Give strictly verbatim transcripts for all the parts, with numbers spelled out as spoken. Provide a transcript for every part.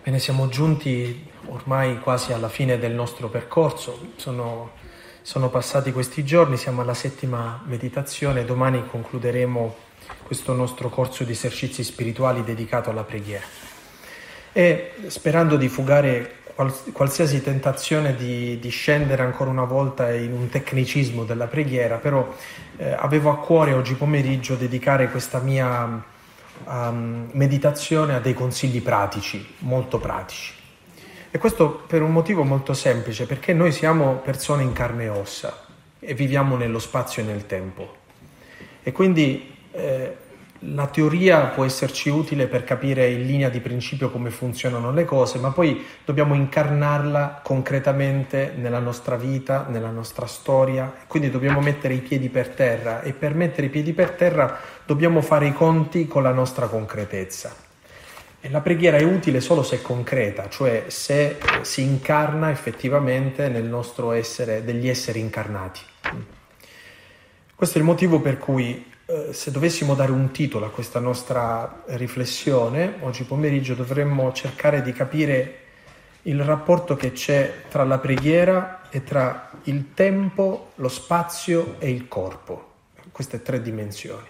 Bene, siamo giunti ormai quasi alla fine del nostro percorso, sono, sono passati questi giorni, siamo alla settima meditazione, domani concluderemo questo nostro corso di esercizi spirituali dedicato alla preghiera. E sperando di fugare quals- qualsiasi tentazione di, di scendere ancora una volta in un tecnicismo della preghiera, però eh, avevo a cuore oggi pomeriggio dedicare questa mia Um, meditazione a dei consigli pratici, molto pratici. E questo per un motivo molto semplice, perché noi siamo persone in carne e ossa e viviamo nello spazio e nel tempo. E quindi eh, la teoria può esserci utile per capire in linea di principio come funzionano le cose, ma poi dobbiamo incarnarla concretamente nella nostra vita, nella nostra storia, quindi dobbiamo mettere i piedi per terra e per mettere i piedi per terra dobbiamo fare i conti con la nostra concretezza. E la preghiera è utile solo se è concreta, cioè se si incarna effettivamente nel nostro essere, degli esseri incarnati. Questo è il motivo per cui eh, se dovessimo dare un titolo a questa nostra riflessione, oggi pomeriggio dovremmo cercare di capire il rapporto che c'è tra la preghiera e tra il tempo, lo spazio e il corpo, queste tre dimensioni.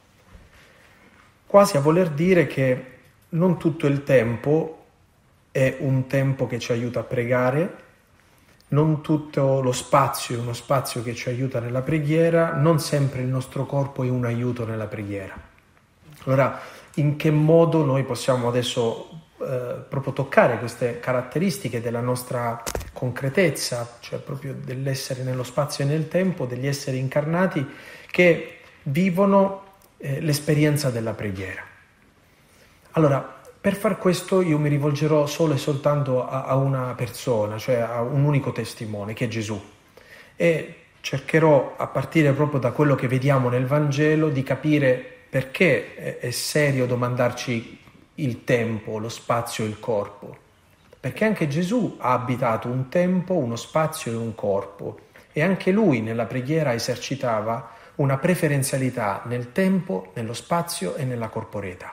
Quasi a voler dire che non tutto il tempo è un tempo che ci aiuta a pregare, non tutto lo spazio è uno spazio che ci aiuta nella preghiera, non sempre il nostro corpo è un aiuto nella preghiera. Allora, in che modo noi possiamo adesso eh, proprio toccare queste caratteristiche della nostra concretezza, cioè proprio dell'essere nello spazio e nel tempo, degli esseri incarnati che vivono eh, l'esperienza della preghiera. Allora, per far questo io mi rivolgerò solo e soltanto a, a una persona, cioè a un unico testimone, che è Gesù. E cercherò, a partire proprio da quello che vediamo nel Vangelo, di capire perché è, è serio domandarci il tempo, lo spazio e il corpo. Perché anche Gesù ha abitato un tempo, uno spazio e un corpo. E anche lui nella preghiera esercitava una preferenzialità nel tempo, nello spazio e nella corporeità.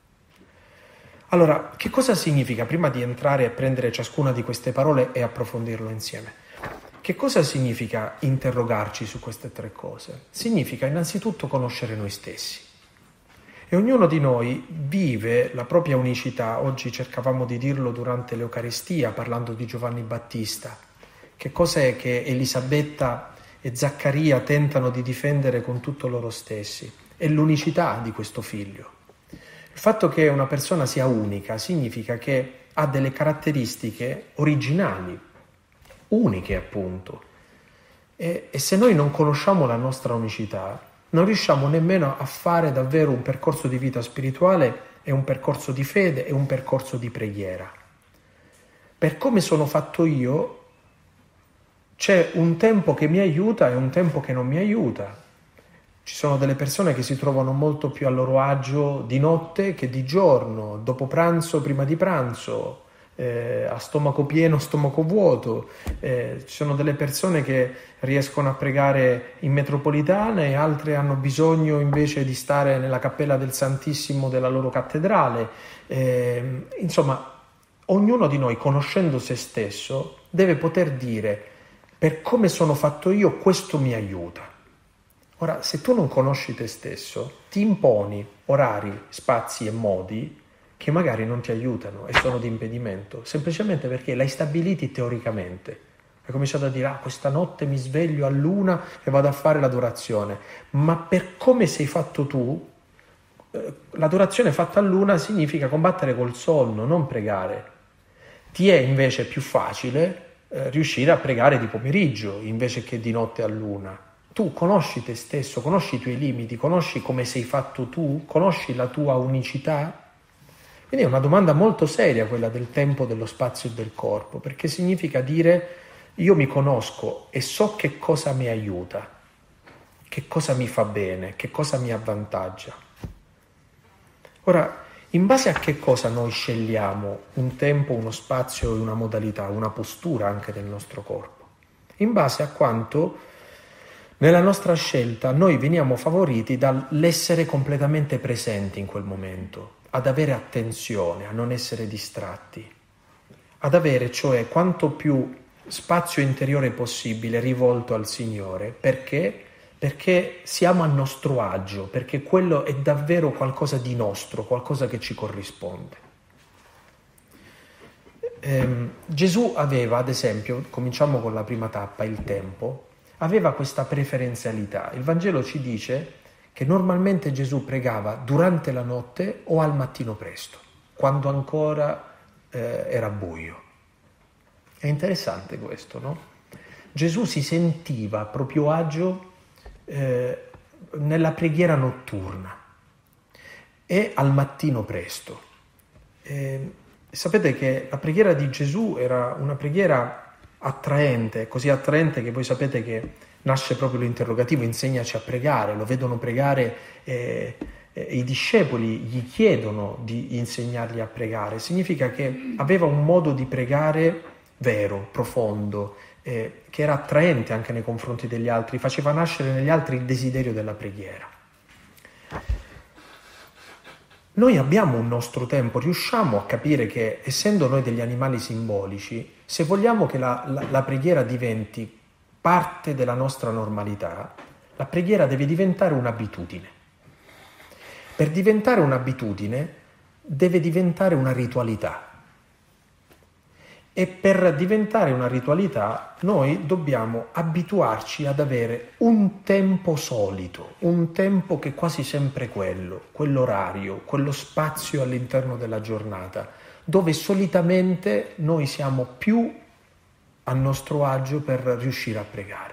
Allora, che cosa significa, prima di entrare a prendere ciascuna di queste parole e approfondirlo insieme, che cosa significa interrogarci su queste tre cose? Significa innanzitutto conoscere noi stessi. E ognuno di noi vive la propria unicità. Oggi cercavamo di dirlo durante l'Eucaristia, parlando di Giovanni Battista. Che cos'è che Elisabetta e Zaccaria tentano di difendere con tutto loro stessi? È l'unicità di questo figlio. Il fatto che una persona sia unica significa che ha delle caratteristiche originali, uniche appunto. E, e se noi non conosciamo la nostra unicità, non riusciamo nemmeno a fare davvero un percorso di vita spirituale e un percorso di fede e un percorso di preghiera. Per come sono fatto io, c'è un tempo che mi aiuta e un tempo che non mi aiuta. Ci sono delle persone che si trovano molto più a loro agio di notte che di giorno, dopo pranzo, prima di pranzo, eh, a stomaco pieno, stomaco vuoto. Eh, ci sono delle persone che riescono a pregare in metropolitana e altre hanno bisogno invece di stare nella cappella del Santissimo della loro cattedrale. Eh, insomma, ognuno di noi, conoscendo se stesso, deve poter dire: per come sono fatto io, questo mi aiuta. Ora, se tu non conosci te stesso, ti imponi orari, spazi e modi che magari non ti aiutano e sono di impedimento, semplicemente perché l'hai stabiliti teoricamente. Hai cominciato a dire: ah, questa notte mi sveglio all'una e vado a fare l'adorazione. Ma per come sei fatto tu, eh, l'adorazione fatta all'una significa combattere col sonno, non pregare. Ti è invece più facile eh, riuscire a pregare di pomeriggio invece che di notte all'una. Tu conosci te stesso, conosci i tuoi limiti, conosci come sei fatto tu, conosci la tua unicità? Quindi è una domanda molto seria quella del tempo, dello spazio e del corpo, perché significa dire: io mi conosco e so che cosa mi aiuta, che cosa mi fa bene, che cosa mi avvantaggia. Ora, in base a che cosa noi scegliamo un tempo, uno spazio e una modalità, una postura anche del nostro corpo? In base a quanto nella nostra scelta noi veniamo favoriti dall'essere completamente presenti in quel momento, ad avere attenzione, a non essere distratti. ad avere cioè quanto più spazio interiore possibile rivolto al Signore. Perché? Perché siamo a nostro agio, perché quello è davvero qualcosa di nostro, qualcosa che ci corrisponde. Eh, Gesù aveva, ad esempio, cominciamo con la prima tappa, il tempo, aveva questa preferenzialità. Il Vangelo ci dice che normalmente Gesù pregava durante la notte o al mattino presto, quando ancora eh, era buio. È interessante questo, no? Gesù si sentiva a proprio agio eh, nella preghiera notturna e al mattino presto. Eh, sapete che la preghiera di Gesù era una preghiera attraente, così attraente che voi sapete che nasce proprio l'interrogativo, insegnaci a pregare, lo vedono pregare eh, eh, i discepoli gli chiedono di insegnargli a pregare, significa che aveva un modo di pregare vero, profondo, eh, che era attraente anche nei confronti degli altri, faceva nascere negli altri il desiderio della preghiera. Noi abbiamo un nostro tempo, riusciamo a capire che, essendo noi degli animali simbolici, se vogliamo che la, la, la preghiera diventi parte della nostra normalità, la preghiera deve diventare un'abitudine. Per diventare un'abitudine deve diventare una ritualità. E per diventare una ritualità noi dobbiamo abituarci ad avere un tempo solito, un tempo che è quasi sempre quello, quell'orario, quello spazio all'interno della giornata, dove solitamente noi siamo più a nostro agio per riuscire a pregare.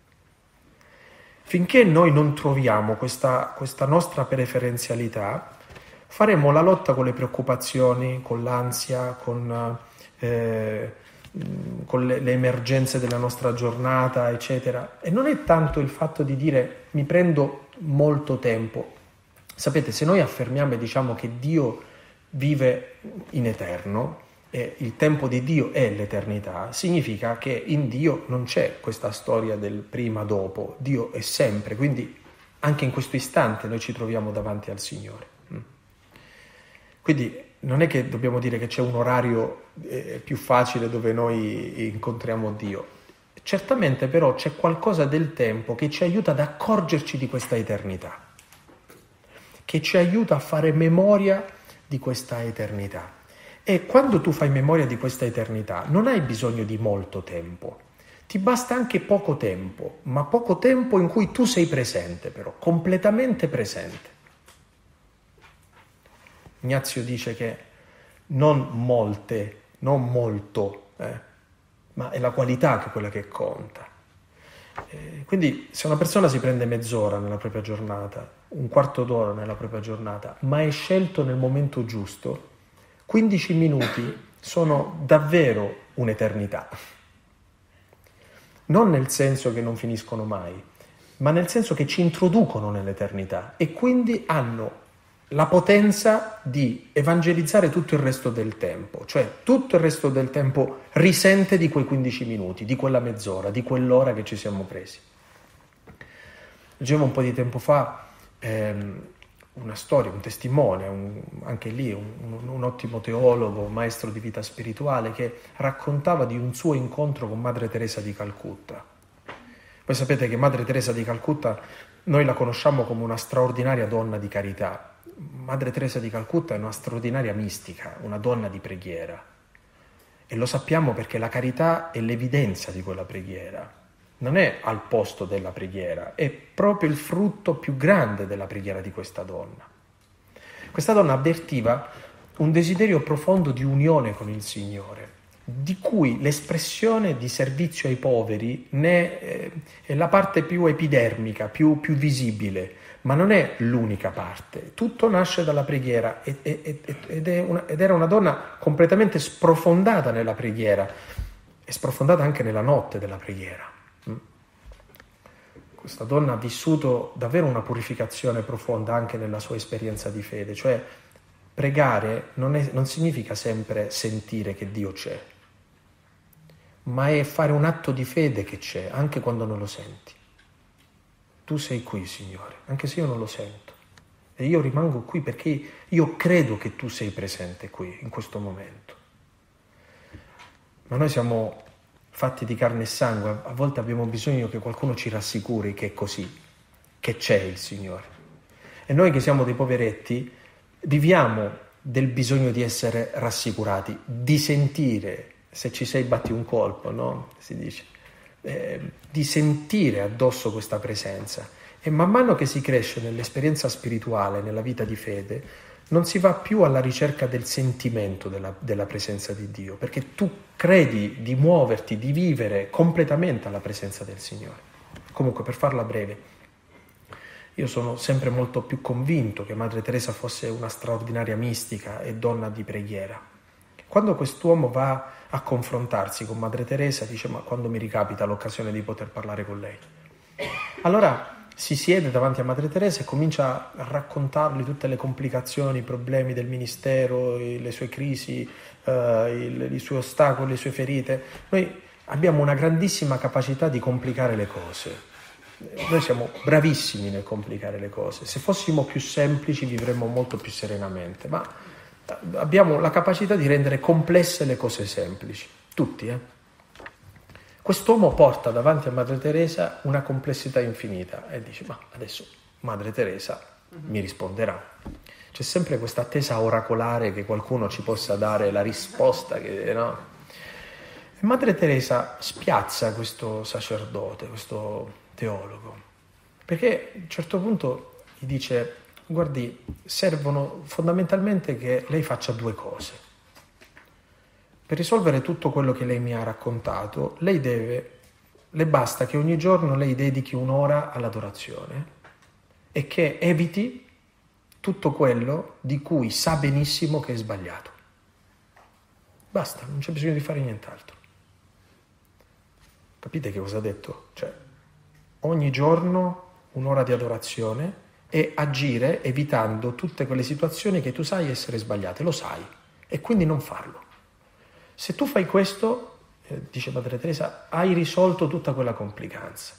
Finché noi non troviamo questa, questa nostra preferenzialità, faremo la lotta con le preoccupazioni, con l'ansia, con... Eh, con le, le emergenze della nostra giornata, eccetera. E non è tanto il fatto di dire mi prendo molto tempo. Sapete, se noi affermiamo e diciamo che Dio vive in eterno e il tempo di Dio è l'eternità, significa che in Dio non c'è questa storia del prima dopo, Dio è sempre, quindi anche in questo istante noi ci troviamo davanti al Signore. Quindi non è che dobbiamo dire che c'è un orario eh, più facile dove noi incontriamo Dio. Certamente però c'è qualcosa del tempo che ci aiuta ad accorgerci di questa eternità, che ci aiuta a fare memoria di questa eternità. E quando tu fai memoria di questa eternità non hai bisogno di molto tempo, ti basta anche poco tempo, ma poco tempo in cui tu sei presente però, completamente presente. Ignazio dice che non molte, non molto, eh, ma è la qualità che è quella che conta. Eh, quindi se una persona si prende mezz'ora nella propria giornata, un quarto d'ora nella propria giornata, ma è scelto nel momento giusto, quindici minuti sono davvero un'eternità. Non nel senso che non finiscono mai, ma nel senso che ci introducono nell'eternità e quindi hanno la potenza di evangelizzare tutto il resto del tempo, cioè tutto il resto del tempo risente di quei quindici minuti, di quella mezz'ora, di quell'ora che ci siamo presi. Leggevo un po' di tempo fa ehm, una storia, un testimone, un, anche lì un, un, un ottimo teologo, un maestro di vita spirituale, che raccontava di un suo incontro con Madre Teresa di Calcutta. Voi sapete che Madre Teresa di Calcutta noi la conosciamo come una straordinaria donna di carità. Madre Teresa di Calcutta è una straordinaria mistica, una donna di preghiera. E lo sappiamo perché la carità è l'evidenza di quella preghiera. Non è al posto della preghiera, è proprio il frutto più grande della preghiera di questa donna. Questa donna avvertiva un desiderio profondo di unione con il Signore, di cui l'espressione di servizio ai poveri ne è, è la parte più epidermica, più, più visibile, ma non è l'unica parte. Tutto nasce dalla preghiera ed, ed, ed, è una, ed era una donna completamente sprofondata nella preghiera e sprofondata anche nella notte della preghiera. Questa donna ha vissuto davvero una purificazione profonda anche nella sua esperienza di fede, cioè pregare non, è, non significa sempre sentire che Dio c'è, ma è fare un atto di fede che c'è anche quando non lo senti. Tu sei qui, Signore, anche se io non lo sento. E io rimango qui perché io credo che tu sei presente qui, in questo momento. ma noi siamo fatti di carne e sangue, a volte abbiamo bisogno che qualcuno ci rassicuri che è così, che c'è il Signore. E noi che siamo dei poveretti viviamo del bisogno di essere rassicurati, di sentire, se ci sei batti un colpo, no? Si dice, eh, di sentire addosso questa presenza. E man mano che si cresce nell'esperienza spirituale, nella vita di fede, non si va più alla ricerca del sentimento della, della presenza di Dio, perché tu credi di muoverti, di vivere completamente alla presenza del Signore. Comunque, per farla breve, io sono sempre molto più convinto che Madre Teresa fosse una straordinaria mistica e donna di preghiera. Quando quest'uomo va a confrontarsi con Madre Teresa, dice: ma quando mi ricapita l'occasione di poter parlare con lei? Allora si siede davanti a Madre Teresa e comincia a raccontargli tutte le complicazioni, i problemi del ministero, le sue crisi, eh, i, i suoi ostacoli, le sue ferite. Noi abbiamo una grandissima capacità di complicare le cose. Noi siamo bravissimi nel complicare le cose. Se fossimo più semplici vivremmo molto più serenamente, ma abbiamo la capacità di rendere complesse le cose semplici. Tutti, eh? Quest'uomo porta davanti a Madre Teresa una complessità infinita e dice: ma adesso Madre Teresa mi risponderà. C'è sempre questa attesa oracolare che qualcuno ci possa dare la risposta, che, no? E Madre Teresa spiazza questo sacerdote, questo teologo, perché a un certo punto gli dice: guardi, servono fondamentalmente che lei faccia due cose. Per risolvere tutto quello che lei mi ha raccontato, lei deve, le basta che ogni giorno lei dedichi un'ora all'adorazione e che eviti tutto quello di cui sa benissimo che è sbagliato. Basta, non c'è bisogno di fare nient'altro. Capite che cosa ha detto? Cioè, ogni giorno un'ora di adorazione e agire evitando tutte quelle situazioni che tu sai essere sbagliate, lo sai, e quindi non farlo. Se tu fai questo, eh, dice Madre Teresa, hai risolto tutta quella complicanza.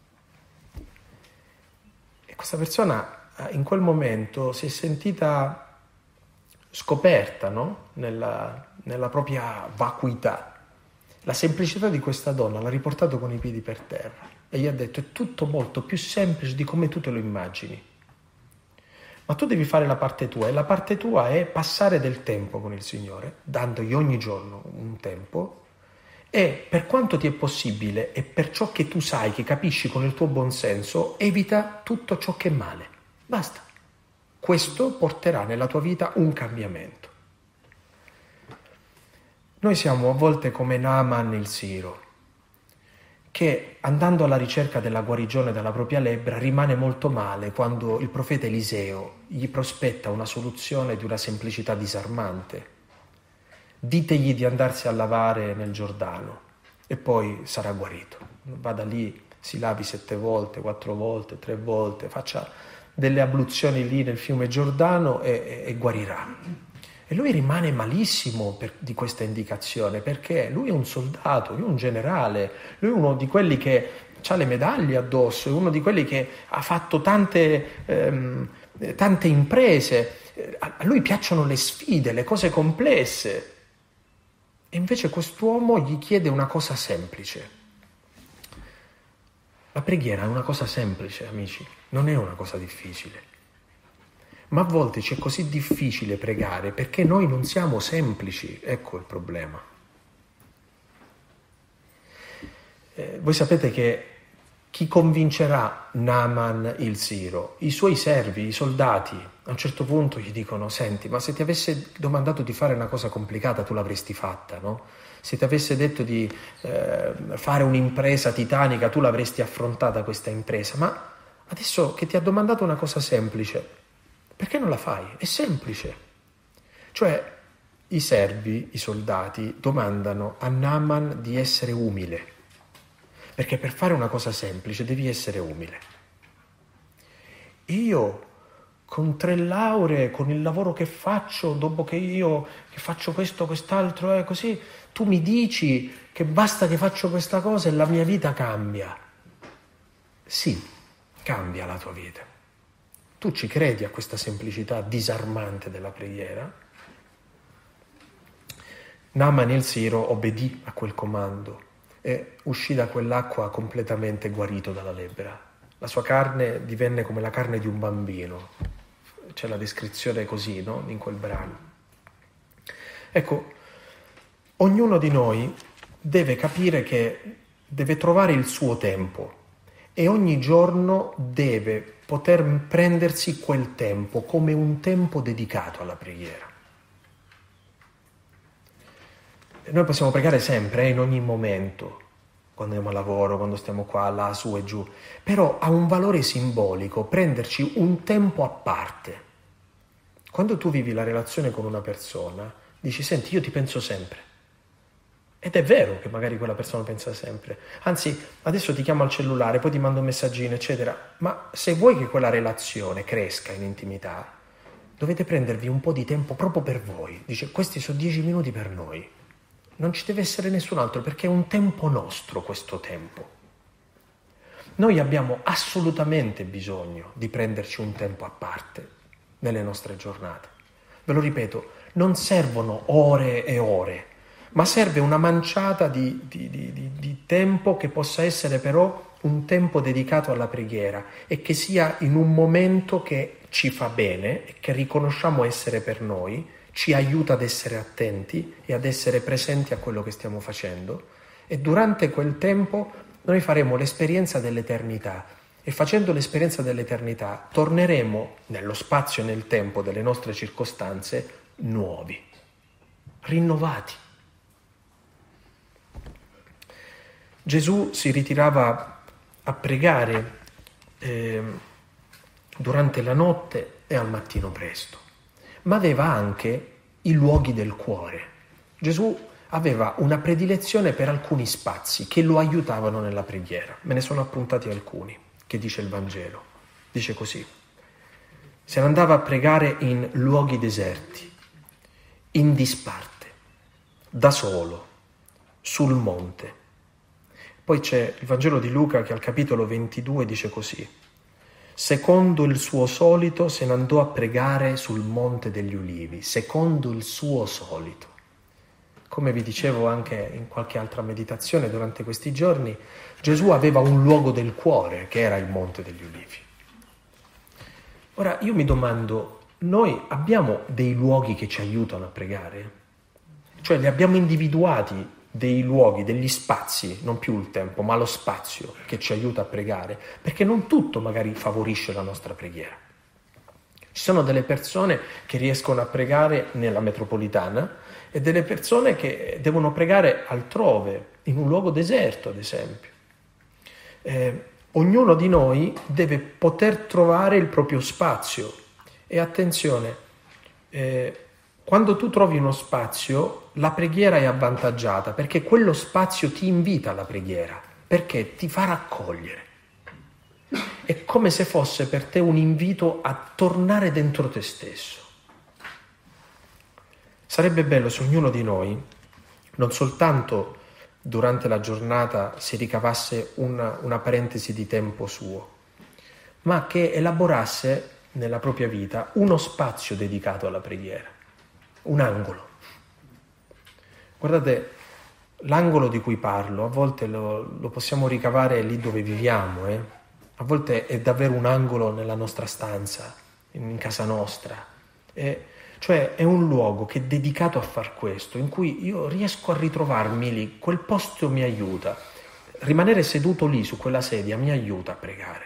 E questa persona in quel momento si è sentita scoperta, no? Nella, nella propria vacuità. La semplicità di questa donna l'ha riportato con i piedi per terra e gli ha detto: è tutto molto più semplice di come tu te lo immagini. Ma tu devi fare la parte tua, e la parte tua è passare del tempo con il Signore, dandogli ogni giorno un tempo, e per quanto ti è possibile e per ciò che tu sai, che capisci con il tuo buon senso, evita tutto ciò che è male. Basta. Questo porterà nella tua vita un cambiamento. Noi siamo a volte come Naaman il Siro, che andando alla ricerca della guarigione dalla propria lebbra rimane molto male quando il profeta Eliseo gli prospetta una soluzione di una semplicità disarmante. Ditegli di andarsi a lavare nel Giordano e poi sarà guarito. Vada lì, si lavi sette volte, quattro volte, tre volte, faccia delle abluzioni lì nel fiume Giordano e, e, e guarirà. E lui rimane malissimo per, di questa indicazione, perché lui è un soldato, lui è un generale, lui è uno di quelli che ha le medaglie addosso, è uno di quelli che ha fatto tante, ehm, tante imprese, a lui piacciono le sfide, le cose complesse. E invece quest'uomo gli chiede una cosa semplice. La preghiera è una cosa semplice, amici, non è una cosa difficile. Ma a volte c'è così difficile pregare perché noi non siamo semplici, ecco il problema. Eh, voi sapete che chi convincerà Naaman il Siro? I suoi servi, i soldati. A un certo punto gli dicono: senti, ma se ti avesse domandato di fare una cosa complicata tu l'avresti fatta, no? Se ti avesse detto di eh, fare un'impresa titanica tu l'avresti affrontata questa impresa, ma adesso che ti ha domandato una cosa semplice, perché non la fai? È semplice. Cioè, i servi, i soldati, domandano a Naaman di essere umile, perché per fare una cosa semplice devi essere umile. Io, con tre lauree, con il lavoro che faccio, dopo che io che faccio questo, quest'altro, eh, così, tu mi dici che basta che faccio questa cosa e la mia vita cambia. Sì, cambia la tua vita. Tu ci credi a questa semplicità disarmante della preghiera? Naaman il Siro obbedì a quel comando e uscì da quell'acqua completamente guarito dalla lebbra. La sua carne divenne come la carne di un bambino. C'è la descrizione così, no? In quel brano. Ecco, ognuno di noi deve capire che deve trovare il suo tempo e ogni giorno deve poter prendersi quel tempo come un tempo dedicato alla preghiera. Noi possiamo pregare sempre, eh, in ogni momento, quando andiamo al lavoro, quando stiamo qua, là, su e giù, però ha un valore simbolico prenderci un tempo a parte. Quando tu vivi la relazione con una persona, dici, senti, io ti penso sempre. Ed è vero che magari quella persona pensa sempre. Anzi, adesso ti chiamo al cellulare, poi ti mando un messaggino, eccetera. Ma se vuoi che quella relazione cresca in intimità, dovete prendervi un po' di tempo proprio per voi. Dice, questi sono dieci minuti per noi. Non ci deve essere nessun altro, perché è un tempo nostro questo tempo. Noi abbiamo assolutamente bisogno di prenderci un tempo a parte nelle nostre giornate. Ve lo ripeto, non servono ore e ore, ma serve una manciata di, di, di, di, di tempo che possa essere però un tempo dedicato alla preghiera e che sia in un momento che ci fa bene e che riconosciamo essere per noi, ci aiuta ad essere attenti e ad essere presenti a quello che stiamo facendo, e durante quel tempo noi faremo l'esperienza dell'eternità e facendo l'esperienza dell'eternità torneremo nello spazio e nel tempo delle nostre circostanze nuovi, rinnovati. Gesù si ritirava a pregare eh, durante la notte e al mattino presto, ma aveva anche i luoghi del cuore. Gesù aveva una predilezione per alcuni spazi che lo aiutavano nella preghiera. Me ne sono appuntati alcuni, che dice il Vangelo. Dice così: se ne andava a pregare in luoghi deserti, in disparte, da solo, sul monte. Poi c'è il Vangelo di Luca che al capitolo ventidue dice così: secondo il suo solito se ne andò a pregare sul Monte degli Ulivi, secondo il suo solito. Come vi dicevo anche in qualche altra meditazione durante questi giorni, Gesù aveva un luogo del cuore che era il Monte degli Ulivi. Ora io mi domando, noi abbiamo dei luoghi che ci aiutano a pregare? Cioè li abbiamo individuati dei luoghi, degli spazi, non più il tempo, ma lo spazio che ci aiuta a pregare, perché non tutto magari favorisce la nostra preghiera. Ci sono delle persone che riescono a pregare nella metropolitana e delle persone che devono pregare altrove, in un luogo deserto, ad esempio. Eh, ognuno di noi deve poter trovare il proprio spazio. E attenzione, eh, quando tu trovi uno spazio, la preghiera è avvantaggiata, perché quello spazio ti invita alla preghiera, perché ti fa raccogliere. È come se fosse per te un invito a tornare dentro te stesso. Sarebbe bello se ognuno di noi, non soltanto durante la giornata si ricavasse una, una parentesi di tempo suo, ma che elaborasse nella propria vita uno spazio dedicato alla preghiera, un angolo. Guardate, l'angolo di cui parlo a volte lo, lo possiamo ricavare lì dove viviamo, eh? A volte è davvero un angolo nella nostra stanza, in casa nostra. E, cioè è un luogo che è dedicato a far questo, in cui io riesco a ritrovarmi lì, quel posto mi aiuta. Rimanere seduto lì su quella sedia mi aiuta a pregare.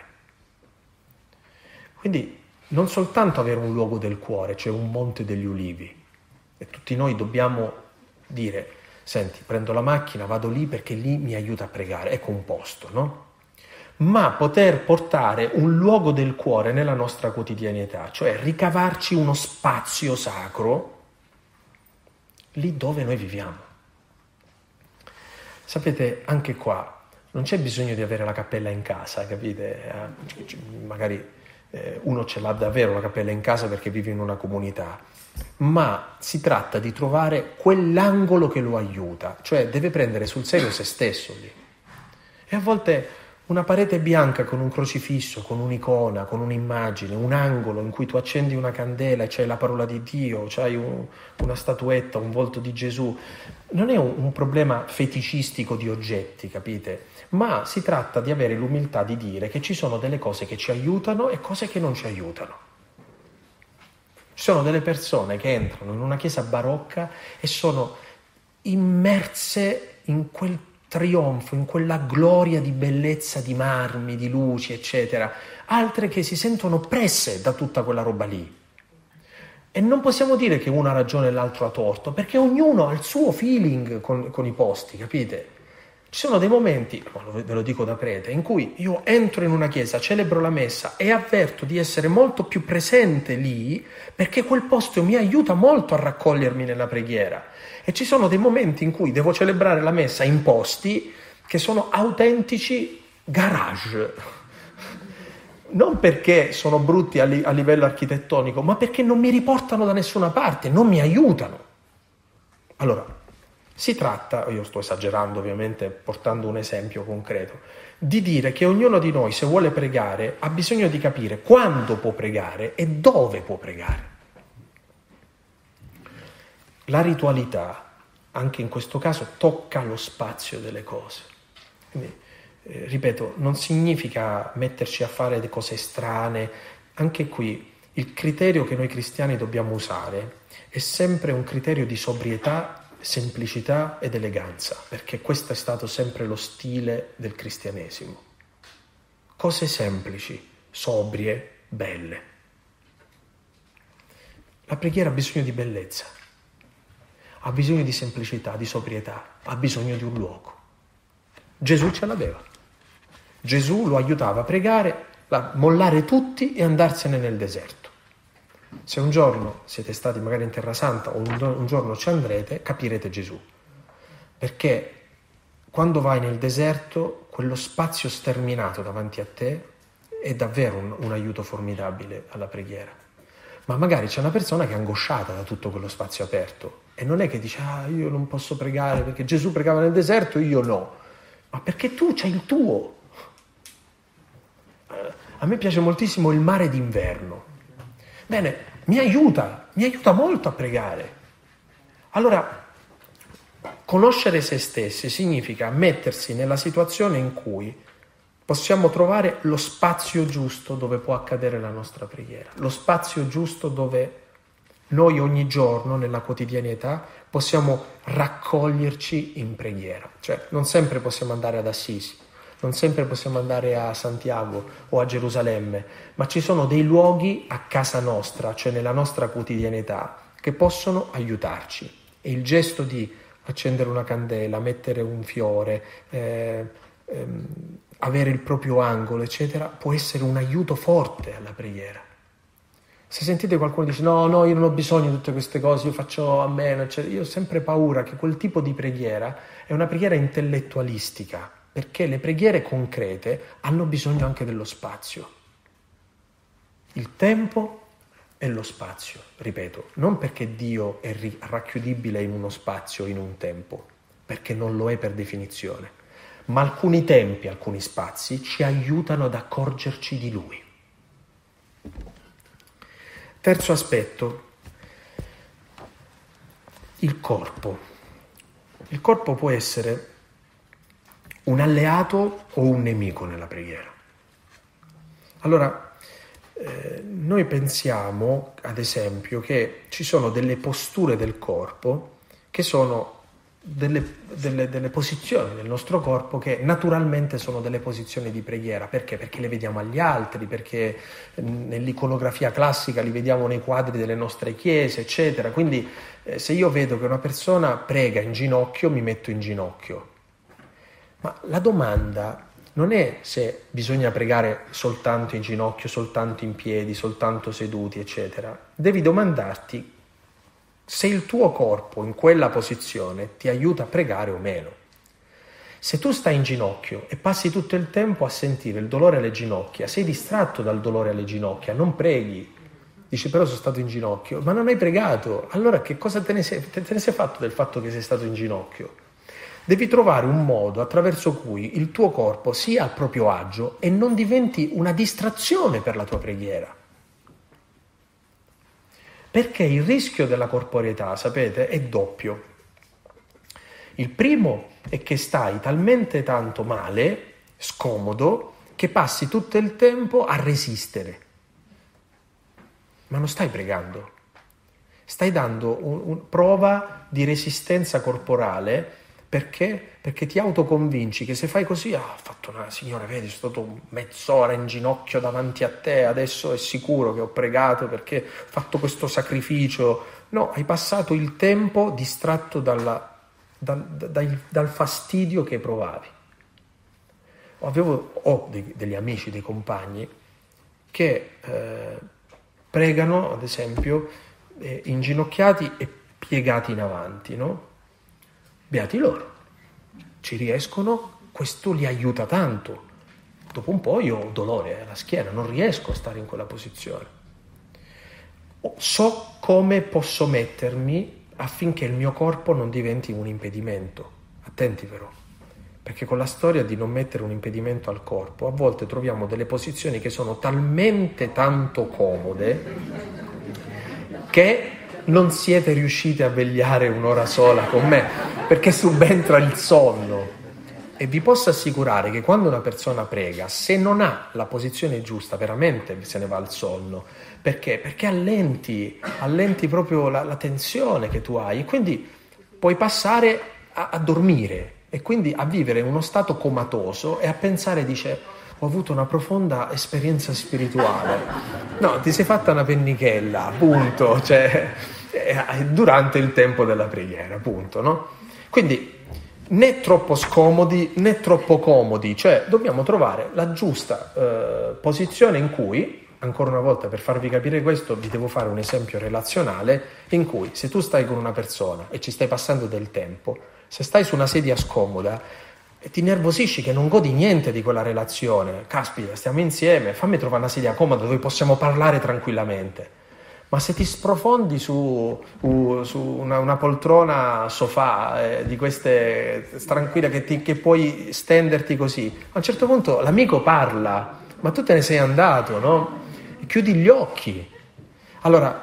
Quindi non soltanto avere un luogo del cuore, cioè un monte degli ulivi, e tutti noi dobbiamo dire, senti, prendo la macchina, vado lì perché lì mi aiuta a pregare, ecco un posto, no? Ma poter portare un luogo del cuore nella nostra quotidianità, cioè ricavarci uno spazio sacro lì dove noi viviamo. Sapete, anche qua non c'è bisogno di avere la cappella in casa, capite? Eh, magari eh, uno ce l'ha davvero la cappella in casa perché vive in una comunità, ma si tratta di trovare quell'angolo che lo aiuta, cioè deve prendere sul serio se stesso lì. E a volte Una parete bianca con un crocifisso, con un'icona, con un'immagine, un angolo in cui tu accendi una candela e c'hai la parola di Dio, c'hai un, una statuetta, un volto di Gesù. Non è un, un problema feticistico di oggetti, capite? Ma si tratta di avere l'umiltà di dire che ci sono delle cose che ci aiutano e cose che non ci aiutano. Ci sono delle persone che entrano in una chiesa barocca e sono immerse in quel trionfo, in quella gloria di bellezza, di marmi, di luci, eccetera. Altre che si sentono presse da tutta quella roba lì. E non possiamo dire che uno ha ragione e l'altro ha torto, perché ognuno ha il suo feeling con, con i posti, capite? Ci sono dei momenti, ve lo dico da prete, in cui io entro in una chiesa, celebro la messa e avverto di essere molto più presente lì, perché quel posto mi aiuta molto a raccogliermi nella preghiera. E ci sono dei momenti in cui devo celebrare la messa in posti che sono autentici garage. Non perché sono brutti a, li- a livello architettonico, ma perché non mi riportano da nessuna parte, non mi aiutano. Allora, si tratta, io sto esagerando ovviamente portando un esempio concreto, di dire che ognuno di noi, se vuole pregare, ha bisogno di capire quando può pregare e dove può pregare. La ritualità, anche in questo caso, tocca lo spazio delle cose. Quindi, eh, ripeto, non significa metterci a fare le cose strane. Anche qui il criterio che noi cristiani dobbiamo usare è sempre un criterio di sobrietà, semplicità ed eleganza, perché questo è stato sempre lo stile del cristianesimo. Cose semplici, sobrie, belle. La preghiera ha bisogno di bellezza. Ha bisogno di semplicità, di sobrietà, ha bisogno di un luogo. Gesù ce l'aveva. Gesù lo aiutava a pregare, a mollare tutti e andarsene nel deserto. Se un giorno siete stati magari in Terra Santa o un, un giorno ci andrete, capirete Gesù. Perché quando vai nel deserto, quello spazio sterminato davanti a te è davvero un, un aiuto formidabile alla preghiera. Ma magari c'è una persona che è angosciata da tutto quello spazio aperto e non è che dice ah io non posso pregare perché Gesù pregava nel deserto, io no, ma perché tu c'hai il tuo. A me piace moltissimo il mare d'inverno. Bene, mi aiuta, mi aiuta molto a pregare. Allora, conoscere se stessi significa mettersi nella situazione in cui possiamo trovare lo spazio giusto dove può accadere la nostra preghiera, lo spazio giusto dove noi ogni giorno, nella quotidianità, possiamo raccoglierci in preghiera. Cioè, non sempre possiamo andare ad Assisi, non sempre possiamo andare a Santiago o a Gerusalemme, ma ci sono dei luoghi a casa nostra, cioè nella nostra quotidianità, che possono aiutarci. E il gesto di accendere una candela, mettere un fiore, eh, ehm, avere il proprio angolo, eccetera, può essere un aiuto forte alla preghiera. Se sentite qualcuno che dice no, no, io non ho bisogno di tutte queste cose, io faccio a meno, eccetera, io ho sempre paura che quel tipo di preghiera è una preghiera intellettualistica, perché le preghiere concrete hanno bisogno anche dello spazio. Il tempo e lo spazio, ripeto, non perché Dio è racchiudibile in uno spazio, in un tempo, perché non lo è per definizione, ma alcuni tempi, alcuni spazi ci aiutano ad accorgerci di Lui. Terzo aspetto, il corpo. Il corpo può essere un alleato o un nemico nella preghiera. Allora, eh, noi pensiamo, ad esempio, che ci sono delle posture del corpo che sono delle, delle, delle posizioni del nostro corpo che naturalmente sono delle posizioni di preghiera. Perché? Perché le vediamo agli altri, perché nell'iconografia classica li vediamo nei quadri delle nostre chiese, eccetera. Quindi eh, se io vedo che una persona prega in ginocchio, mi metto in ginocchio. Ma la domanda non è se bisogna pregare soltanto in ginocchio, soltanto in piedi, soltanto seduti, eccetera. Devi domandarti se il tuo corpo in quella posizione ti aiuta a pregare o meno. Se tu stai in ginocchio e passi tutto il tempo a sentire il dolore alle ginocchia, sei distratto dal dolore alle ginocchia, non preghi. Dici però sono stato in ginocchio, ma non hai pregato. Allora che cosa te ne sei, te ne sei fatto del fatto che sei stato in ginocchio? Devi trovare un modo attraverso cui il tuo corpo sia al proprio agio e non diventi una distrazione per la tua preghiera. Perché il rischio della corporeità, sapete, è doppio. Il primo è che stai talmente tanto male, scomodo, che passi tutto il tempo a resistere. Ma non stai pregando. Stai dando un, un, prova di resistenza corporale. Perché? Perché ti autoconvinci che se fai così, ah, ho fatto una, Signore, vedi, sono stato mezz'ora in ginocchio davanti a te, adesso è sicuro che ho pregato perché ho fatto questo sacrificio. No, hai passato il tempo distratto dalla, dal, dal, dal fastidio che provavi. Avevo, ho dei, degli amici, dei compagni che eh, pregano, ad esempio, eh, inginocchiati e piegati in avanti, no? Beati loro, ci riescono, questo li aiuta tanto. Dopo un po' io ho dolore alla schiena, non riesco a stare in quella posizione. So come posso mettermi affinché il mio corpo non diventi un impedimento. Attenti però, perché con la storia di non mettere un impedimento al corpo, a volte troviamo delle posizioni che sono talmente tanto comode che non siete riusciti a vegliare un'ora sola con me, perché subentra il sonno. E vi posso assicurare che quando una persona prega, se non ha la posizione giusta, veramente se ne va al sonno. Perché? Perché allenti, allenti proprio la, la tensione che tu hai, e quindi puoi passare a, a dormire, e quindi a vivere in uno stato comatoso e a pensare, dice, ho avuto una profonda esperienza spirituale. No, ti sei fatta una pennichella, appunto, cioè, durante il tempo della preghiera, appunto, no? Quindi né troppo scomodi né troppo comodi, cioè dobbiamo trovare la giusta eh, posizione in cui, ancora una volta per farvi capire questo, vi devo fare un esempio relazionale, in cui se tu stai con una persona e ci stai passando del tempo, se stai su una sedia scomoda e ti nervosisci che non godi niente di quella relazione, caspita, stiamo insieme, fammi trovare una sedia comoda dove possiamo parlare tranquillamente. Ma se ti sprofondi su, uh, su una, una poltrona sofà eh, di queste tranquilla che, ti, che puoi stenderti così, a un certo punto l'amico parla, ma tu te ne sei andato, no? E chiudi gli occhi. Allora,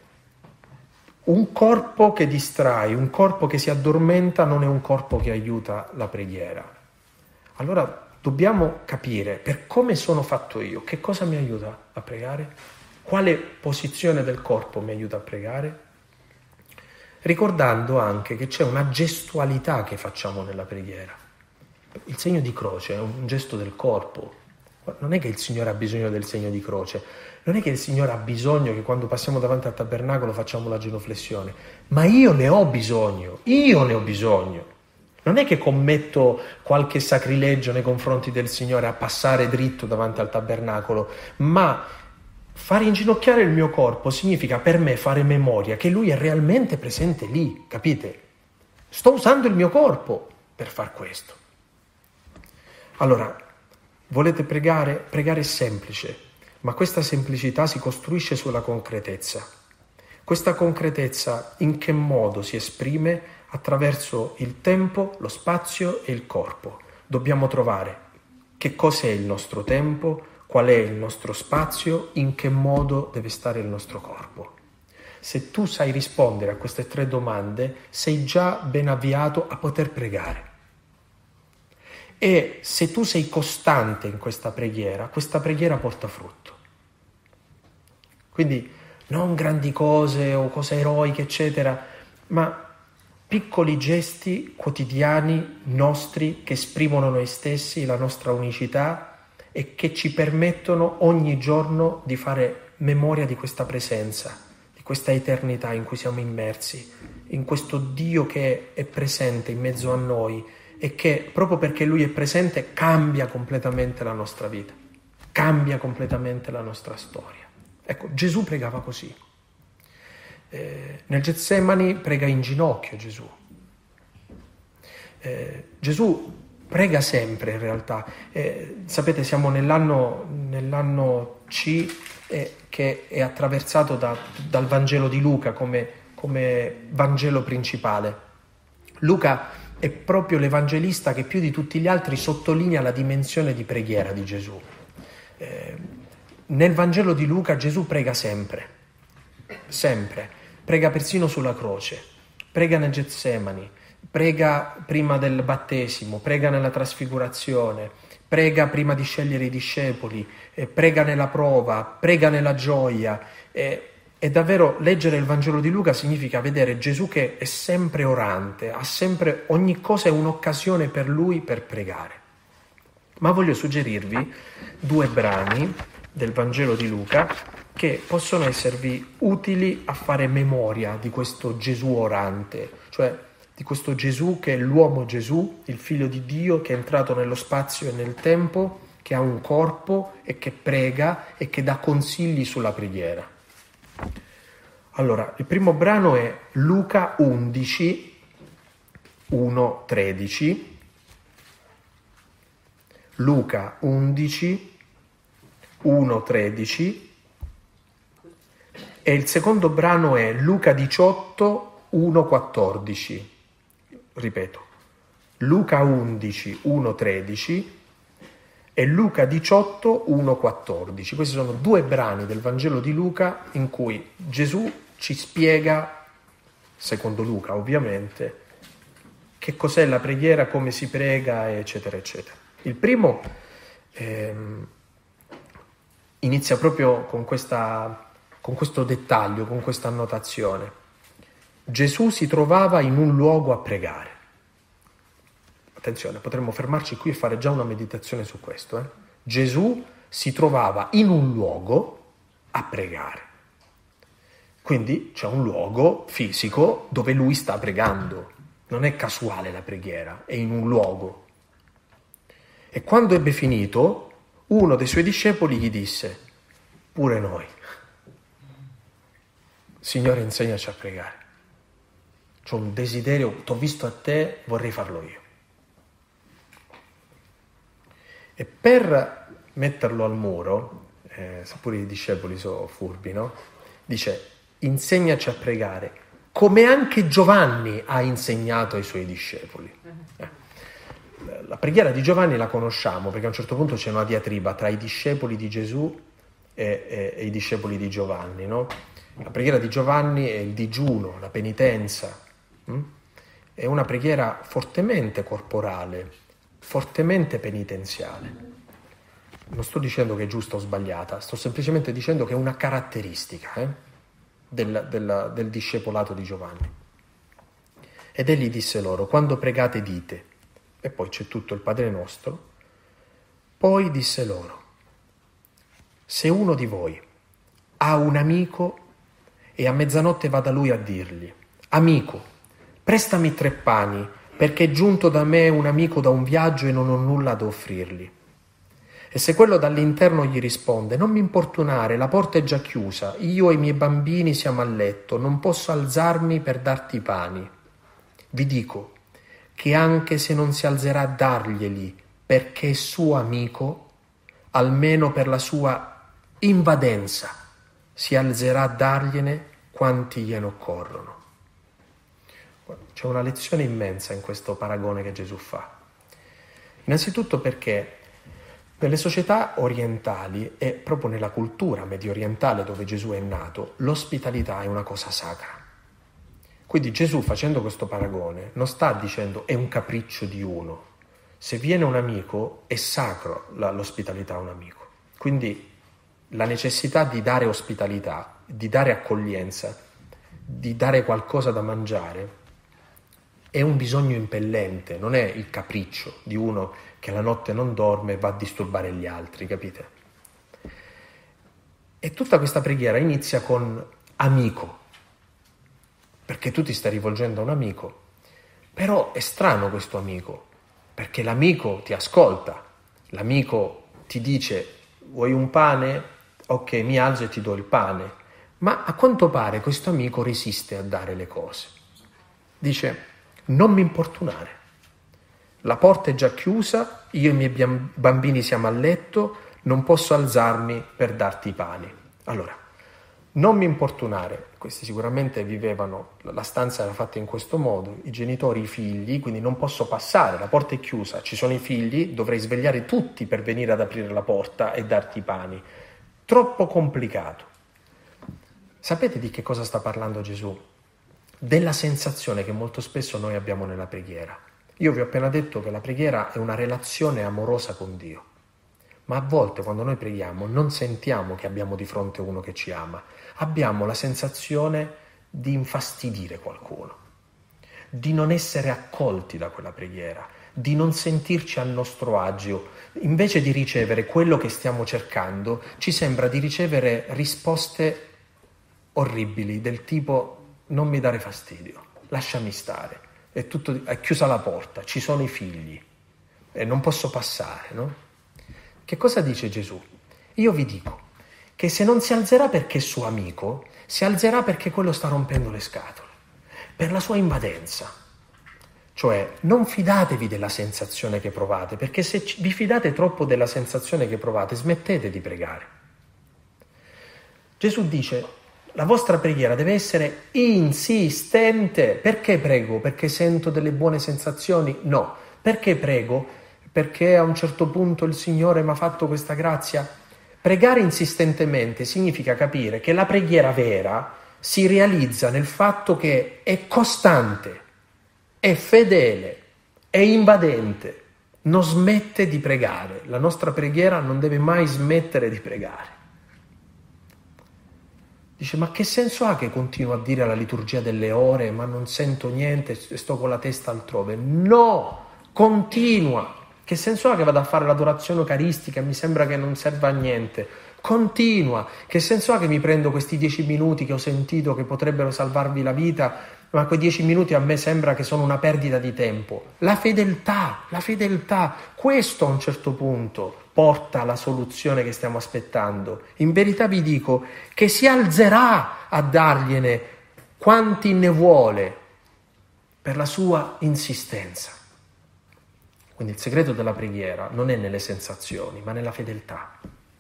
un corpo che distrai, un corpo che si addormenta non è un corpo che aiuta la preghiera. Allora dobbiamo capire per come sono fatto io, che cosa mi aiuta a pregare? Quale posizione del corpo mi aiuta a pregare? Ricordando anche che c'è una gestualità che facciamo nella preghiera. Il segno di croce è un gesto del corpo. Non è che il Signore ha bisogno del segno di croce, non è che il Signore ha bisogno che quando passiamo davanti al tabernacolo facciamo la genuflessione, ma io ne ho bisogno, io ne ho bisogno. Non è che commetto qualche sacrilegio nei confronti del Signore a passare dritto davanti al tabernacolo, ma fare inginocchiare il mio corpo significa per me fare memoria che Lui è realmente presente lì, capite? Sto usando il mio corpo per far questo. Allora, volete pregare? Pregare è semplice, ma questa semplicità si costruisce sulla concretezza. Questa concretezza in che modo si esprime? Attraverso il tempo, lo spazio e il corpo. Dobbiamo trovare che cos'è il nostro tempo, qual è il nostro spazio, in che modo deve stare il nostro corpo. Se tu sai rispondere a queste tre domande, sei già ben avviato a poter pregare. E se tu sei costante in questa preghiera, questa preghiera porta frutto. Quindi non grandi cose o cose eroiche, eccetera, ma piccoli gesti quotidiani nostri che esprimono noi stessi, la nostra unicità, e che ci permettono ogni giorno di fare memoria di questa presenza, di questa eternità in cui siamo immersi, in questo Dio che è presente in mezzo a noi e che proprio perché Lui è presente cambia completamente la nostra vita, cambia completamente la nostra storia. Ecco, Gesù pregava così. Eh, nel Getsemani prega in ginocchio Gesù. Eh, Gesù prega sempre in realtà. Eh, sapete, siamo nell'anno, nell'anno C eh, che è attraversato da, dal Vangelo di Luca come, come Vangelo principale. Luca è proprio l'Evangelista che più di tutti gli altri sottolinea la dimensione di preghiera di Gesù. Eh, nel Vangelo di Luca Gesù prega sempre, sempre, prega persino sulla croce, prega nel Getsemani, prega prima del battesimo, prega nella trasfigurazione, prega prima di scegliere i discepoli, eh, prega nella prova, prega nella gioia. Eh, E davvero leggere il Vangelo di Luca significa vedere Gesù che è sempre orante, ha sempre, ogni cosa è un'occasione per lui per pregare. Ma voglio suggerirvi due brani del Vangelo di Luca che possono esservi utili a fare memoria di questo Gesù orante, cioè di questo Gesù che è l'uomo Gesù, il figlio di Dio che è entrato nello spazio e nel tempo, che ha un corpo e che prega e che dà consigli sulla preghiera. Allora, il primo brano è Luca undici, uno tredici. Luca undici, uno tredici. E il secondo brano è Luca diciotto, uno quattordici. Ripeto, Luca undici, uno tredici e Luca diciotto, uno quattordici. Questi sono due brani del Vangelo di Luca in cui Gesù ci spiega, secondo Luca ovviamente, che cos'è la preghiera, come si prega, eccetera, eccetera. Il primo ehm, inizia proprio con, questa, con questo dettaglio, con questa annotazione. Gesù si trovava in un luogo a pregare. Attenzione, potremmo fermarci qui e fare già una meditazione su questo. Eh? Gesù si trovava in un luogo a pregare. Quindi c'è un luogo fisico dove lui sta pregando. Non è casuale la preghiera, è in un luogo. E quando ebbe finito, uno dei suoi discepoli gli disse: pure noi. Signore, insegnaci a pregare. C'ho un desiderio, t'ho visto a te, vorrei farlo io. E per metterlo al muro, eh, seppure i discepoli sono furbi, no? Dice: insegnaci a pregare, come anche Giovanni ha insegnato ai suoi discepoli. Eh. La preghiera di Giovanni la conosciamo, perché a un certo punto c'è una diatriba tra i discepoli di Gesù e, e, e i discepoli di Giovanni, no? La preghiera di Giovanni è il digiuno, la penitenza. Hm? È una preghiera fortemente corporale, fortemente penitenziale. Non sto dicendo che è giusta o sbagliata, sto semplicemente dicendo che è una caratteristica eh, del, del, del discepolato di Giovanni. Ed egli disse loro: quando pregate dite, e poi c'è tutto il Padre nostro. Poi disse loro: se uno di voi ha un amico e a mezzanotte va da lui a dirgli: amico, prestami tre pani, perché è giunto da me un amico da un viaggio e non ho nulla da offrirgli. E se quello dall'interno gli risponde: non mi importunare, la porta è già chiusa, io e i miei bambini siamo a letto, non posso alzarmi per darti i pani. Vi dico che anche se non si alzerà a darglieli perché è suo amico, almeno per la sua invadenza si alzerà a dargliene quanti gliene occorrono. C'è una lezione immensa in questo paragone che Gesù fa. Innanzitutto perché nelle società orientali e proprio nella cultura medio orientale dove Gesù è nato, l'ospitalità è una cosa sacra. Quindi Gesù, facendo questo paragone, non sta dicendo è un capriccio di uno. Se viene un amico, è sacro l'ospitalità a un amico. Quindi la necessità di dare ospitalità, di dare accoglienza, di dare qualcosa da mangiare, è un bisogno impellente, non è il capriccio di uno che la notte non dorme e va a disturbare gli altri, capite? E tutta questa preghiera inizia con amico, perché tu ti stai rivolgendo a un amico. Però è strano questo amico, perché l'amico ti ascolta, l'amico ti dice: vuoi un pane? Ok, mi alzo e ti do il pane. Ma a quanto pare questo amico resiste a dare le cose. Dice: non mi importunare, la porta è già chiusa, io e i miei bambini siamo a letto, non posso alzarmi per darti i pani. Allora, non mi importunare. questi sicuramente vivevano, la stanza era fatta in questo modo, i genitori, i figli, quindi non posso passare, la porta è chiusa, ci sono i figli, dovrei svegliare tutti per venire ad aprire la porta e darti i pani. Troppo complicato. Sapete di che cosa sta parlando Gesù? Della sensazione che molto spesso noi abbiamo nella preghiera. Io vi ho appena detto che la preghiera è una relazione amorosa con Dio, ma a volte quando noi preghiamo non sentiamo che abbiamo di fronte uno che ci ama, abbiamo la sensazione di infastidire qualcuno, di non essere accolti da quella preghiera, di non sentirci a nostro agio. Invece di ricevere quello che stiamo cercando, ci sembra di ricevere risposte orribili del tipo: non mi dare fastidio, lasciami stare, è, tutto, è chiusa la porta, ci sono i figli e non posso passare, no? Che cosa dice Gesù? Io vi dico che se non si alzerà perché è suo amico, si alzerà perché quello sta rompendo le scatole, per la sua invadenza. Cioè, non fidatevi della sensazione che provate, perché se vi fidate troppo della sensazione che provate, smettete di pregare. Gesù dice: la vostra preghiera deve essere insistente. Perché prego? Perché sento delle buone sensazioni? No. Perché prego? Perché a un certo punto il Signore mi ha fatto questa grazia? Pregare insistentemente significa capire che la preghiera vera si realizza nel fatto che è costante, è fedele, è invadente, non smette di pregare. La nostra preghiera non deve mai smettere di pregare. Dice: ma che senso ha che continuo a dire alla liturgia delle ore, ma non sento niente e sto con la testa altrove? No, continua. Che senso ha che vado a fare l'adorazione eucaristica e mi sembra che non serva a niente? Continua. Che senso ha che mi prendo questi dieci minuti che ho sentito che potrebbero salvarvi la vita, ma quei dieci minuti a me sembra che sono una perdita di tempo? La fedeltà, la fedeltà, questo a un certo punto porta alla soluzione che stiamo aspettando. In verità vi dico che si alzerà a dargliene quanti ne vuole per la sua insistenza. Quindi il segreto della preghiera non è nelle sensazioni, ma nella fedeltà.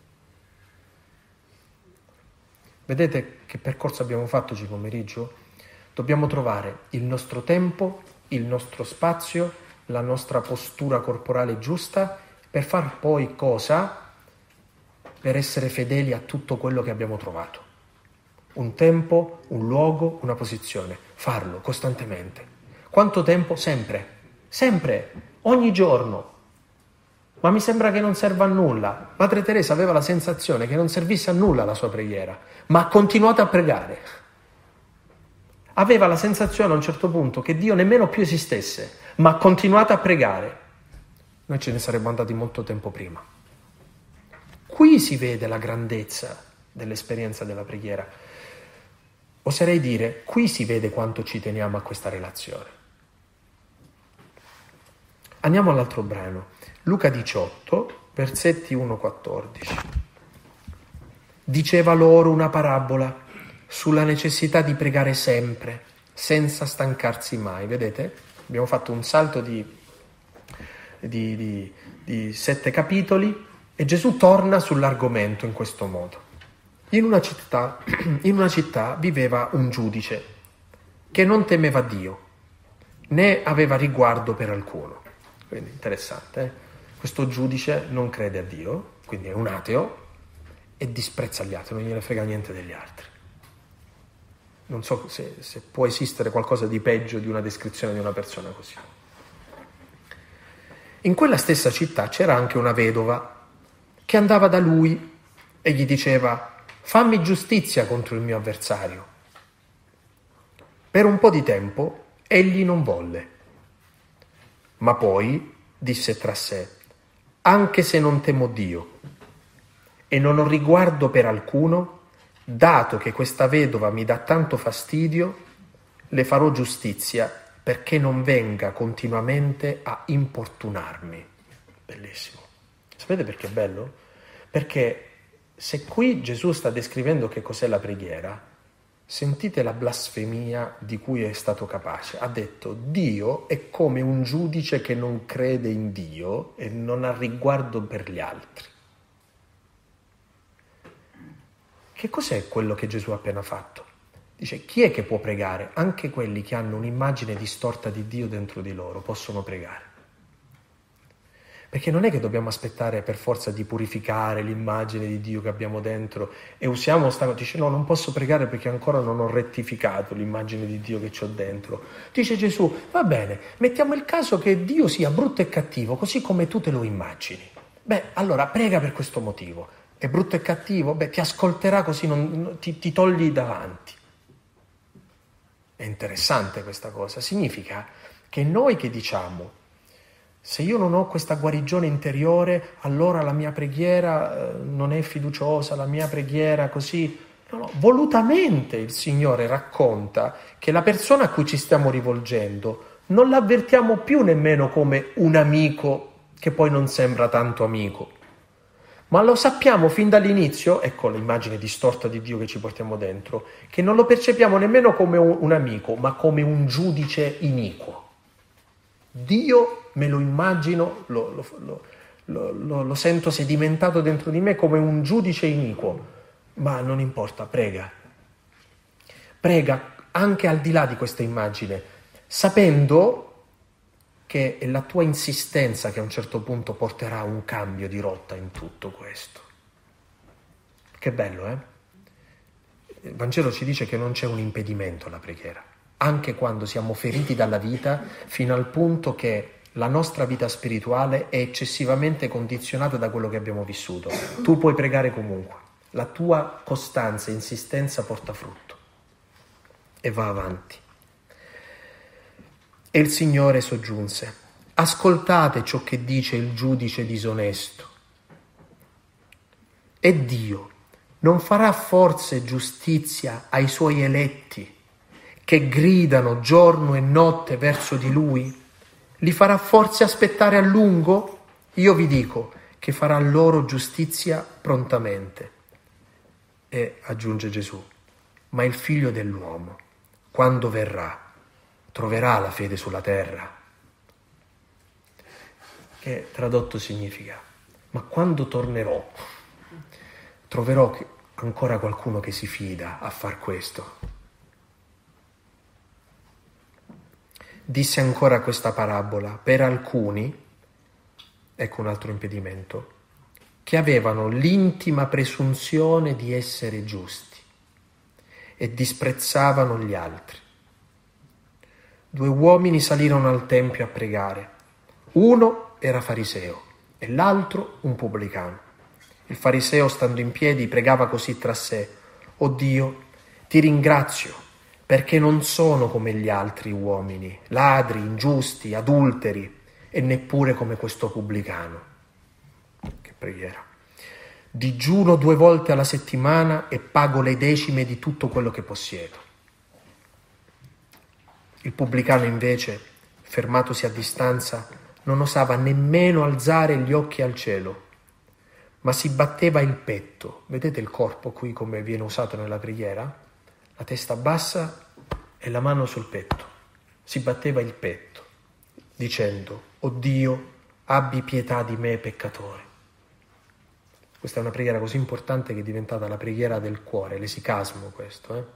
Vedete che percorso abbiamo fatto oggi pomeriggio? Dobbiamo trovare il nostro tempo, il nostro spazio, la nostra postura corporale giusta per far poi cosa? Per essere fedeli a tutto quello che abbiamo trovato. Un tempo, un luogo, una posizione. Farlo costantemente. Quanto tempo? Sempre. Sempre. Ogni giorno. Ma mi sembra che non serva a nulla. Madre Teresa aveva la sensazione che non servisse a nulla la sua preghiera, ma ha continuato a pregare. Aveva la sensazione a un certo punto che Dio nemmeno più esistesse, ma ha continuato a pregare. Noi ce ne saremmo andati molto tempo prima. Qui si vede la grandezza dell'esperienza della preghiera. Oserei dire, qui si vede quanto ci teniamo a questa relazione. Andiamo all'altro brano. Luca diciotto, versetti uno quattordici. Diceva loro una parabola sulla necessità di pregare sempre, senza stancarsi mai. Vedete? Abbiamo fatto un salto di, di, di, di sette capitoli e Gesù torna sull'argomento in questo modo. In una città, in una città viveva un giudice che non temeva Dio, né aveva riguardo per alcuno. Quindi interessante, eh? Questo giudice non crede a Dio, quindi è un ateo e disprezza gli altri, non gliene frega niente degli altri. Non so se, se può esistere qualcosa di peggio di una descrizione di una persona così. In quella stessa città c'era anche una vedova che andava da lui e gli diceva: fammi giustizia contro il mio avversario. Per un po' di tempo egli non volle, ma poi disse tra sé: anche se non temo Dio e non ho riguardo per alcuno, dato che questa vedova mi dà tanto fastidio, le farò giustizia perché non venga continuamente a importunarmi. Bellissimo. Sapete perché è bello? Perché se qui Gesù sta descrivendo che cos'è la preghiera, sentite la blasfemia di cui è stato capace. Ha detto: Dio è come un giudice che non crede in Dio e non ha riguardo per gli altri. Che cos'è quello che Gesù ha appena fatto? Dice, chi è che può pregare? Anche quelli che hanno un'immagine distorta di Dio dentro di loro possono pregare. Perché non è che dobbiamo aspettare per forza di purificare l'immagine di Dio che abbiamo dentro e usiamo sta cosa. Dice, no, non posso pregare perché ancora non ho rettificato l'immagine di Dio che c'ho dentro. Dice Gesù, va bene, mettiamo il caso che Dio sia brutto e cattivo, così come tu te lo immagini. Beh, allora prega per questo motivo. È brutto e cattivo? Beh, ti ascolterà così non, ti, ti togli davanti. È interessante questa cosa. Significa che noi che diciamo, se io non ho questa guarigione interiore, allora la mia preghiera eh, non è fiduciosa, la mia preghiera così. No, no, volutamente il Signore racconta che la persona a cui ci stiamo rivolgendo non l'avvertiamo più nemmeno come un amico che poi non sembra tanto amico, ma lo sappiamo fin dall'inizio, ecco l'immagine distorta di Dio che ci portiamo dentro, che non lo percepiamo nemmeno come un, un amico, ma come un giudice iniquo. Dio me lo immagino, lo, lo, lo, lo, lo sento sedimentato dentro di me come un giudice iniquo, ma non importa, prega. Prega anche al di là di questa immagine, sapendo che è la tua insistenza che a un certo punto porterà a un cambio di rotta in tutto questo. Che bello, eh? Il Vangelo ci dice che non c'è un impedimento alla preghiera. Anche quando siamo feriti dalla vita, fino al punto che la nostra vita spirituale è eccessivamente condizionata da quello che abbiamo vissuto. Tu puoi pregare comunque, la tua costanza e insistenza porta frutto e va avanti. E il Signore soggiunse, ascoltate ciò che dice il giudice disonesto. E Dio non farà forse giustizia ai suoi eletti, che gridano giorno e notte verso di Lui? Li farà forse aspettare a lungo? Io vi dico che farà loro giustizia prontamente. E aggiunge Gesù, ma il Figlio dell'uomo, quando verrà, troverà la fede sulla terra? Che tradotto significa, ma quando tornerò, troverò ancora qualcuno che si fida a far questo? Disse ancora questa parabola per alcuni, ecco un altro impedimento, che avevano l'intima presunzione di essere giusti e disprezzavano gli altri. Due uomini salirono al tempio a pregare. Uno era fariseo e l'altro un pubblicano. Il fariseo, stando in piedi, pregava così tra sé: «O Dio, ti ringrazio, perché non sono come gli altri uomini, ladri, ingiusti, adulteri, e neppure come questo pubblicano». Che preghiera! «Digiuno due volte alla settimana e pago le decime di tutto quello che possiedo». Il pubblicano invece, fermatosi a distanza, non osava nemmeno alzare gli occhi al cielo, ma si batteva il petto. Vedete il corpo qui come viene usato nella preghiera? La testa bassa e la mano sul petto. Si batteva il petto, dicendo: «O Dio, abbi pietà di me peccatore». Questa è una preghiera così importante che è diventata la preghiera del cuore, l'esicasmo questo. Eh?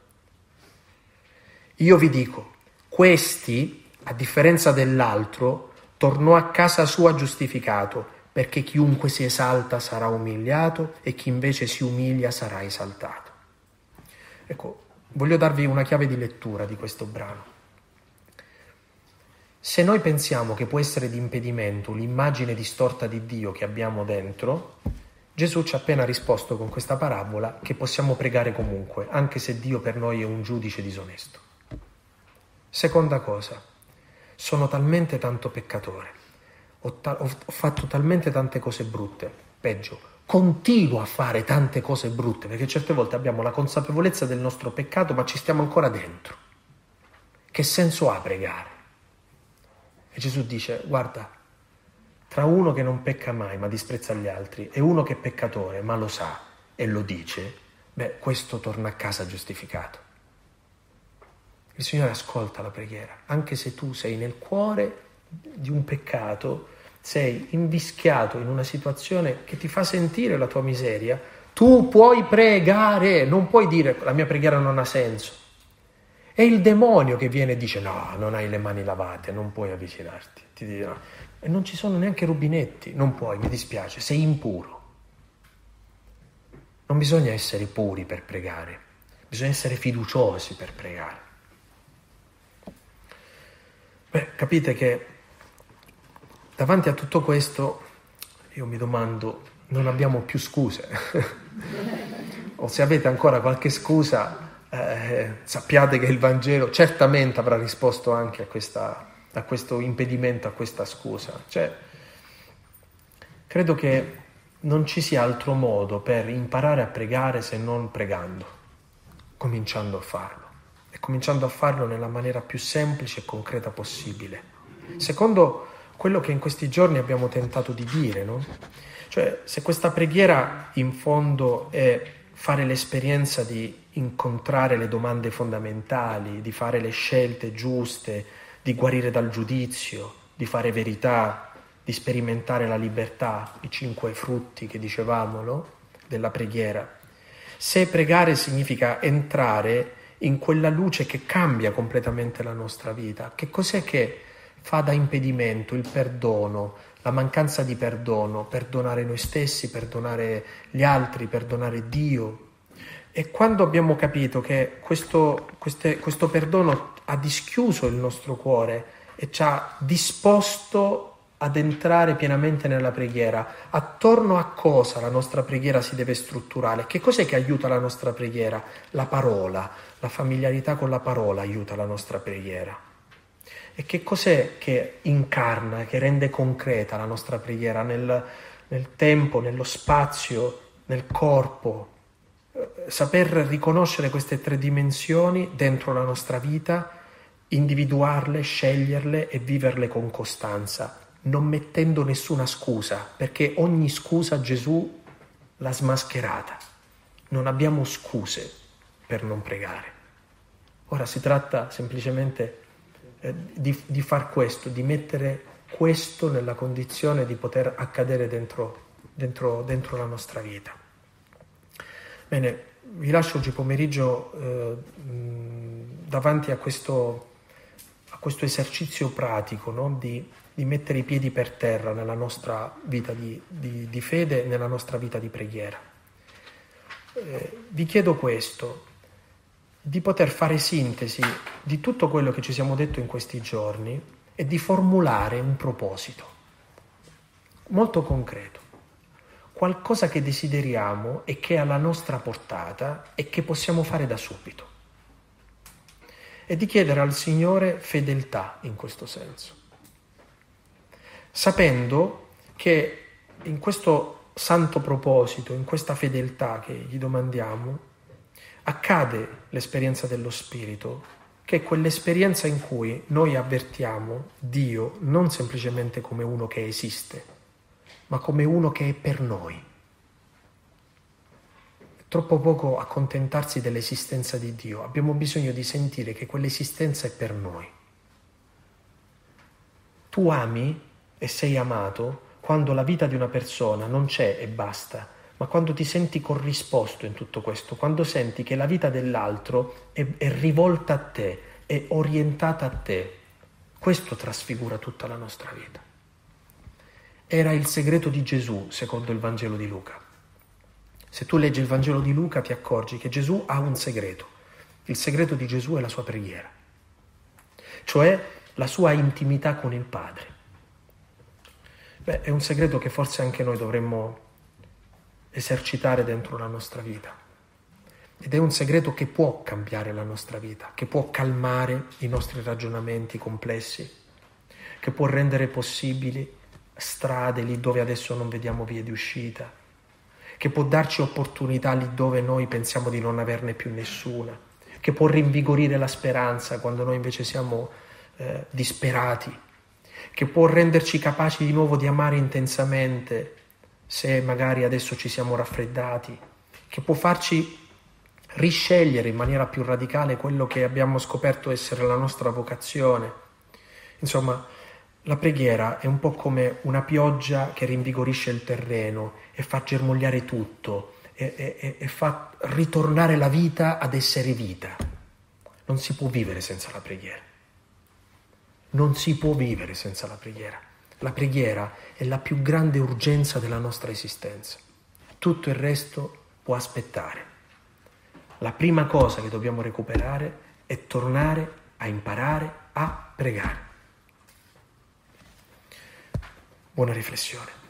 Io vi dico, questi, a differenza dell'altro, tornò a casa sua giustificato, perché chiunque si esalta sarà umiliato e chi invece si umilia sarà esaltato. Ecco, voglio darvi una chiave di lettura di questo brano. Se noi pensiamo che può essere di impedimento l'immagine distorta di Dio che abbiamo dentro, Gesù ci ha appena risposto con questa parabola che possiamo pregare comunque, anche se Dio per noi è un giudice disonesto. Seconda cosa, sono talmente tanto peccatore, ho, ta- ho fatto talmente tante cose brutte, peggio, continuo a fare tante cose brutte, perché certe volte abbiamo la consapevolezza del nostro peccato, ma ci stiamo ancora dentro. Che senso ha pregare? E Gesù dice, guarda, tra uno che non pecca mai ma disprezza gli altri e uno che è peccatore ma lo sa e lo dice, beh, questo torna a casa giustificato. Il Signore ascolta la preghiera, anche se tu sei nel cuore di un peccato, sei invischiato in una situazione che ti fa sentire la tua miseria, tu puoi pregare, non puoi dire la mia preghiera non ha senso. È il demonio che viene e dice no, non hai le mani lavate, non puoi avvicinarti. Ti dirà, e non ci sono neanche rubinetti, non puoi, mi dispiace, sei impuro. Non bisogna essere puri per pregare, bisogna essere fiduciosi per pregare. Beh, capite che davanti a tutto questo io mi domando, non abbiamo più scuse. O se avete ancora qualche scusa, eh, sappiate che il Vangelo certamente avrà risposto anche a, questa, a questo impedimento, a questa scusa. Cioè, credo che non ci sia altro modo per imparare a pregare se non pregando, cominciando a farlo. E cominciando a farlo nella maniera più semplice e concreta possibile. Secondo quello che in questi giorni abbiamo tentato di dire, no? Cioè, se questa preghiera in fondo è fare l'esperienza di incontrare le domande fondamentali, di fare le scelte giuste, di guarire dal giudizio, di fare verità, di sperimentare la libertà, i cinque frutti che dicevamo, no? Della preghiera. Se pregare significa entrare in quella luce che cambia completamente la nostra vita, che cos'è che fa da impedimento? Il perdono, la mancanza di perdono, perdonare noi stessi, perdonare gli altri, perdonare Dio. E quando abbiamo capito che questo, queste, questo perdono ha dischiuso il nostro cuore e ci ha disposto ad entrare pienamente nella preghiera, attorno a cosa la nostra preghiera si deve strutturare? Che cos'è che aiuta la nostra preghiera? La parola, la familiarità con la parola aiuta la nostra preghiera. E che cos'è che incarna, che rende concreta la nostra preghiera nel, nel tempo, nello spazio, nel corpo? Saper riconoscere queste tre dimensioni dentro la nostra vita, individuarle, sceglierle e viverle con costanza, non mettendo nessuna scusa, perché ogni scusa Gesù l'ha smascherata. Non abbiamo scuse per non pregare. Ora si tratta semplicemente eh, di, di far questo, di mettere questo nella condizione di poter accadere dentro, dentro, dentro la nostra vita. Bene, vi lascio oggi pomeriggio eh, davanti a questo, a questo esercizio pratico, no? di, di mettere i piedi per terra nella nostra vita di, di, di fede, nella nostra vita di preghiera. Eh, vi chiedo questo, di poter fare sintesi di tutto quello che ci siamo detto in questi giorni e di formulare un proposito molto concreto. Qualcosa che desideriamo e che è alla nostra portata e che possiamo fare da subito. E di chiedere al Signore fedeltà in questo senso. Sapendo che in questo santo proposito, in questa fedeltà che gli domandiamo, accade l'esperienza dello Spirito, che è quell'esperienza in cui noi avvertiamo Dio non semplicemente come uno che esiste, ma come uno che è per noi. È troppo poco accontentarsi dell'esistenza di Dio, abbiamo bisogno di sentire che quell'esistenza è per noi. Tu ami e sei amato quando la vita di una persona non c'è e basta, ma quando ti senti corrisposto in tutto questo, quando senti che la vita dell'altro è, è rivolta a te, è orientata a te. Questo trasfigura tutta la nostra vita. Era il segreto di Gesù, secondo il Vangelo di Luca. Se tu leggi il Vangelo di Luca ti accorgi che Gesù ha un segreto. Il segreto di Gesù è la sua preghiera, cioè la sua intimità con il Padre. Beh, è un segreto che forse anche noi dovremmo esercitare dentro la nostra vita. Ed è un segreto che può cambiare la nostra vita, che può calmare i nostri ragionamenti complessi, che può rendere possibili strade lì dove adesso non vediamo vie di uscita, che può darci opportunità lì dove noi pensiamo di non averne più nessuna, che può rinvigorire la speranza quando noi invece siamo eh, disperati, che può renderci capaci di nuovo di amare intensamente se magari adesso ci siamo raffreddati, che può farci riscegliere in maniera più radicale quello che abbiamo scoperto essere la nostra vocazione. Insomma, la preghiera è un po' come una pioggia che rinvigorisce il terreno e fa germogliare tutto e, e, e fa ritornare la vita ad essere vita. Non si può vivere senza la preghiera. Non si può vivere senza la preghiera. La preghiera è la più grande urgenza della nostra esistenza. Tutto il resto può aspettare. La prima cosa che dobbiamo recuperare è tornare a imparare a pregare. Buona riflessione.